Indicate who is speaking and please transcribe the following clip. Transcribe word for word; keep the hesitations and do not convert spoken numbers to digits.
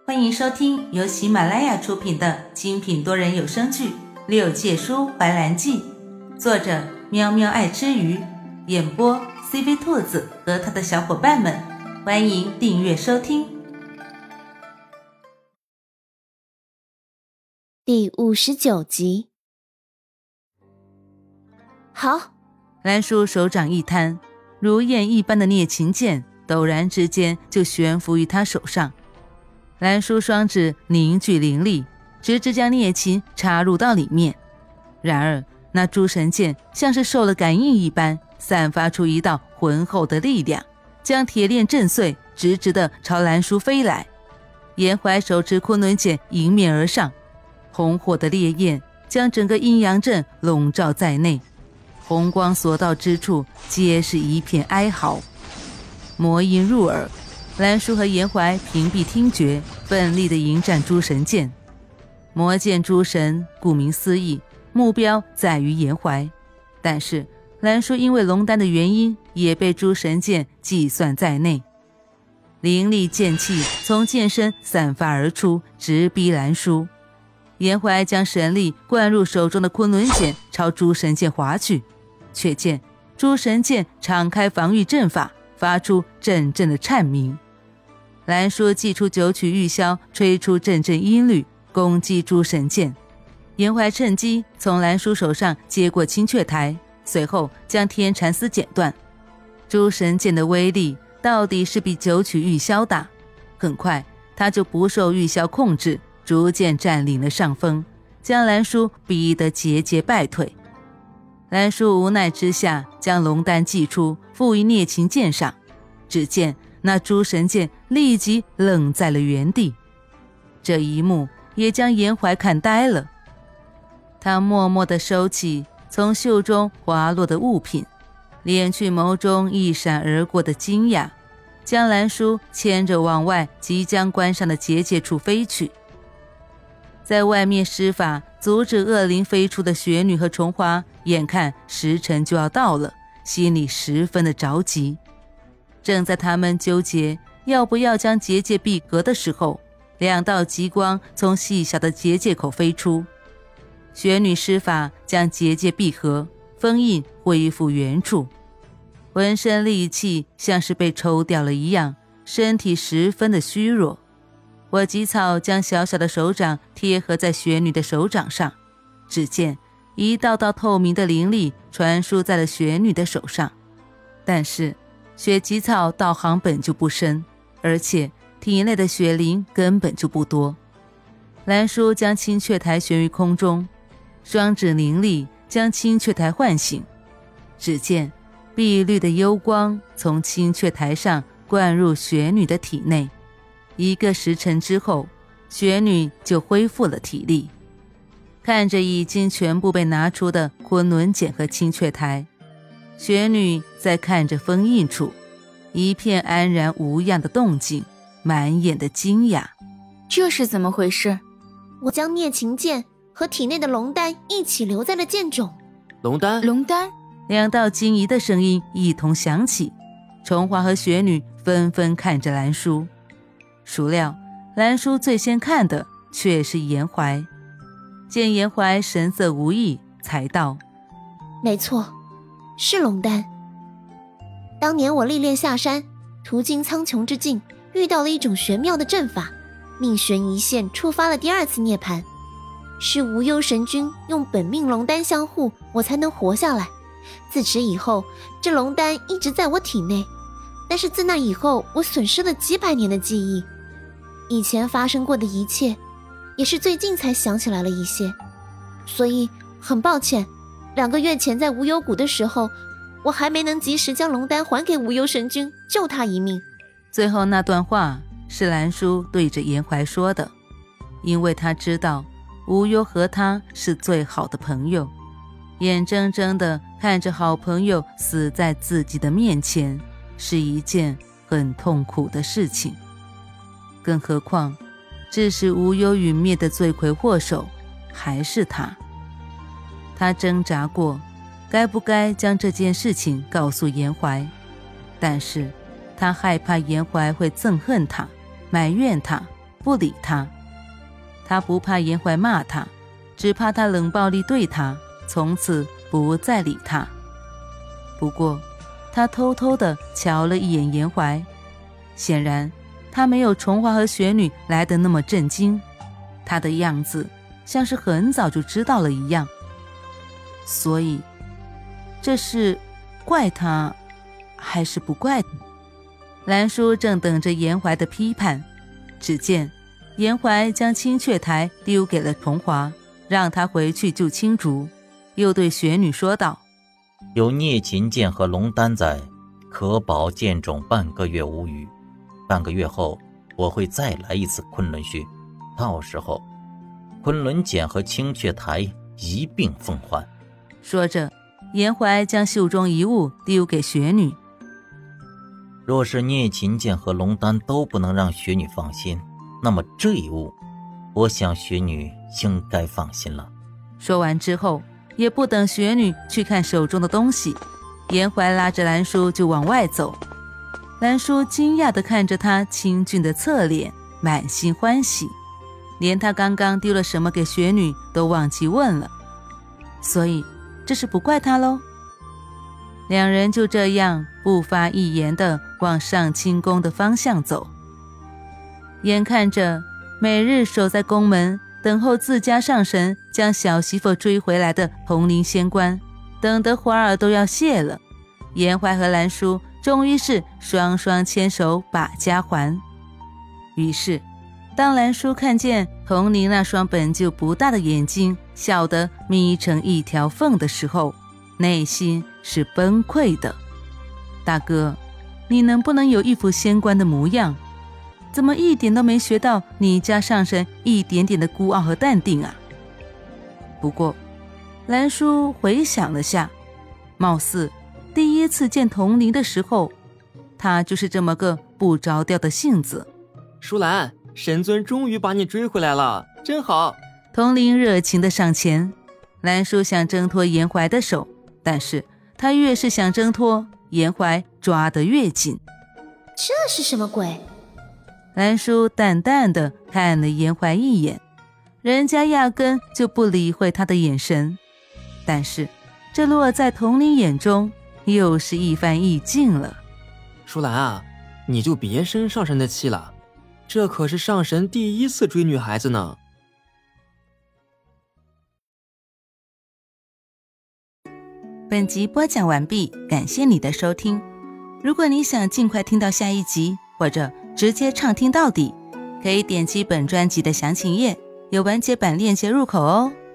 Speaker 1: 欢迎收听由喜马拉雅出品的精品多人有声剧《六界书怀兰记》，作者喵喵爱吃鱼，演播 C V 兔子和他的小伙伴们。欢迎订阅收听。
Speaker 2: 第五十九集。好，
Speaker 1: 兰叔手掌一摊，如燕一般的聂琴剑陡然之间就悬浮于他手上。兰叔双指凝聚灵力，直直将聂琴插入到里面。然而那诸神剑像是受了感应一般，散发出一道浑厚的力量，将铁链震碎，直直地朝兰叔飞来。严怀手持昆仑剑迎面而上，红火的烈焰将整个阴阳阵笼罩在内，红光所到之处皆是一片哀嚎。魔音入耳，兰叔和严怀屏蔽听觉，奋力地迎战诸神剑。魔剑诸神顾名思义，目标在于严怀，但是兰叔因为龙丹的原因也被诸神剑计算在内。灵力剑气从剑身散发而出，直逼兰叔。严怀将神力灌入手中的昆仑剑，朝诸神剑划去，却见诸神剑敞开防御阵法，发出阵阵的颤鸣。兰叔祭出九曲玉箫，吹出阵阵音律，攻击诸神剑。严怀趁机从兰叔手上接过青雀台，随后将天蚕丝剪断。诸神剑的威力到底是比九曲玉箫大，很快他就不受玉箫控制，逐渐占领了上风，将兰叔逼得节节败退。兰叔无奈之下，将龙丹祭出，附于聂琴剑上，只见那诸神剑立即愣在了原地。这一幕也将严怀看呆了，他默默地收起从袖中滑落的物品，敛去眸中一闪而过的惊讶，将兰叔牵着往外即将关上的结界处飞去。在外面施法阻止恶灵飞出的雪女和重花，眼看时辰就要到了，心里十分的着急。正在他们纠结要不要将结界闭合的时候，两道极光从细小的结界口飞出。雪女施法将结界闭合，封印恢复原处，浑身力气像是被抽掉了一样，身体十分的虚弱。我急草将小小的手掌贴合在雪女的手掌上，只见一道道透明的灵力传输在了雪女的手上。但是雪棘草道行本就不深，而且体内的雪灵根本就不多。兰叔将青雀台悬于空中，双指灵力将青雀台唤醒，只见碧绿的幽光从青雀台上灌入雪女的体内。一个时辰之后，雪女就恢复了体力。看着已经全部被拿出的昆仑剑和青雀台，雪女在看着封印处，一片安然无恙的动静，满眼的惊讶。
Speaker 2: 这是怎么回事？我将聂琴剑和体内的龙丹一起留在了剑冢。
Speaker 3: 龙丹？
Speaker 2: 龙丹？
Speaker 1: 两道惊疑的声音一同响起，重华和雪女纷纷看着兰叔。孰料兰叔最先看的却是严怀，见严怀神色无异，才道：
Speaker 2: 没错，是龙丹。当年我历练下山，途经苍穹之境，遇到了一种玄妙的阵法，命悬一线，触发了第二次涅槃。是无忧神君用本命龙丹相护，我才能活下来。自此以后，这龙丹一直在我体内，但是自那以后，我损失了几百年的记忆。以前发生过的一切，也是最近才想起来了一些，所以很抱歉，两个月前在无忧谷的时候，我还没能及时将龙丹还给无忧神君，救他一命。
Speaker 1: 最后那段话是兰叔对着严怀说的，因为他知道无忧和他是最好的朋友，眼睁睁地看着好朋友死在自己的面前，是一件很痛苦的事情。更何况致使无忧陨灭的罪魁祸首还是他。他挣扎过该不该将这件事情告诉严怀，但是他害怕严怀会憎恨他，埋怨他， 不理他。他不怕严怀骂他，只怕他冷暴力对他，从此不再理他。不过他偷偷地瞧了一眼严怀，显然他没有重华和雪女来得那么震惊，他的样子像是很早就知道了一样。所以这是怪他还是不怪他？兰叔正等着严怀的批判，只见严怀将青雀台丢给了重华，让他回去救青竹，又对雪女说道：
Speaker 3: 有聂秦剑和龙丹在，可保剑种半个月无虞。半个月后我会再来一次昆仑穴，到时候昆仑锏和青雀台一并奉还。
Speaker 1: 说着，严怀将袖中一物丢给雪女。
Speaker 3: 若是聂秦剑和龙丹都不能让雪女放心，那么这一物我想雪女应该放心了。
Speaker 1: 说完之后，也不等雪女去看手中的东西，严怀拉着兰叔就往外走。兰叔惊讶地看着他清俊的侧脸，满心欢喜，连他刚刚丢了什么给雪女都忘记问了。所以这是不怪他喽。两人就这样不发一言地往上清宫的方向走。眼看着每日守在宫门等候自家上神将小媳妇追回来的统领仙官，等得花儿都要谢了，严怀和兰叔终于是双双牵手把家还。于是当兰叔看见统领那双本就不大的眼睛笑得眯成一条缝的时候，内心是崩溃的。大哥，你能不能有一副仙官的模样？怎么一点都没学到你家上神一点点的孤傲和淡定啊？不过兰叔回想了下，貌似第一次见统领的时候，他就是这么个不着调的性子。
Speaker 4: 淑兰，神尊终于把你追回来了，真好。
Speaker 1: 统领热情地上前，兰叔想挣脱严怀的手，但是他越是想挣脱，严怀抓得越紧。
Speaker 2: 这是什么鬼？
Speaker 1: 兰叔淡淡地看了严怀一眼，人家压根就不理会他的眼神，但是这落在统领眼中又是一番意境了。
Speaker 4: 淑兰啊，你就别生上神的气了，这可是上神第一次追女孩子呢。
Speaker 1: 本集播讲完毕，感谢你的收听。如果你想尽快听到下一集，或者直接畅听到底，可以点击本专辑的详情页，有完结版链接入口哦。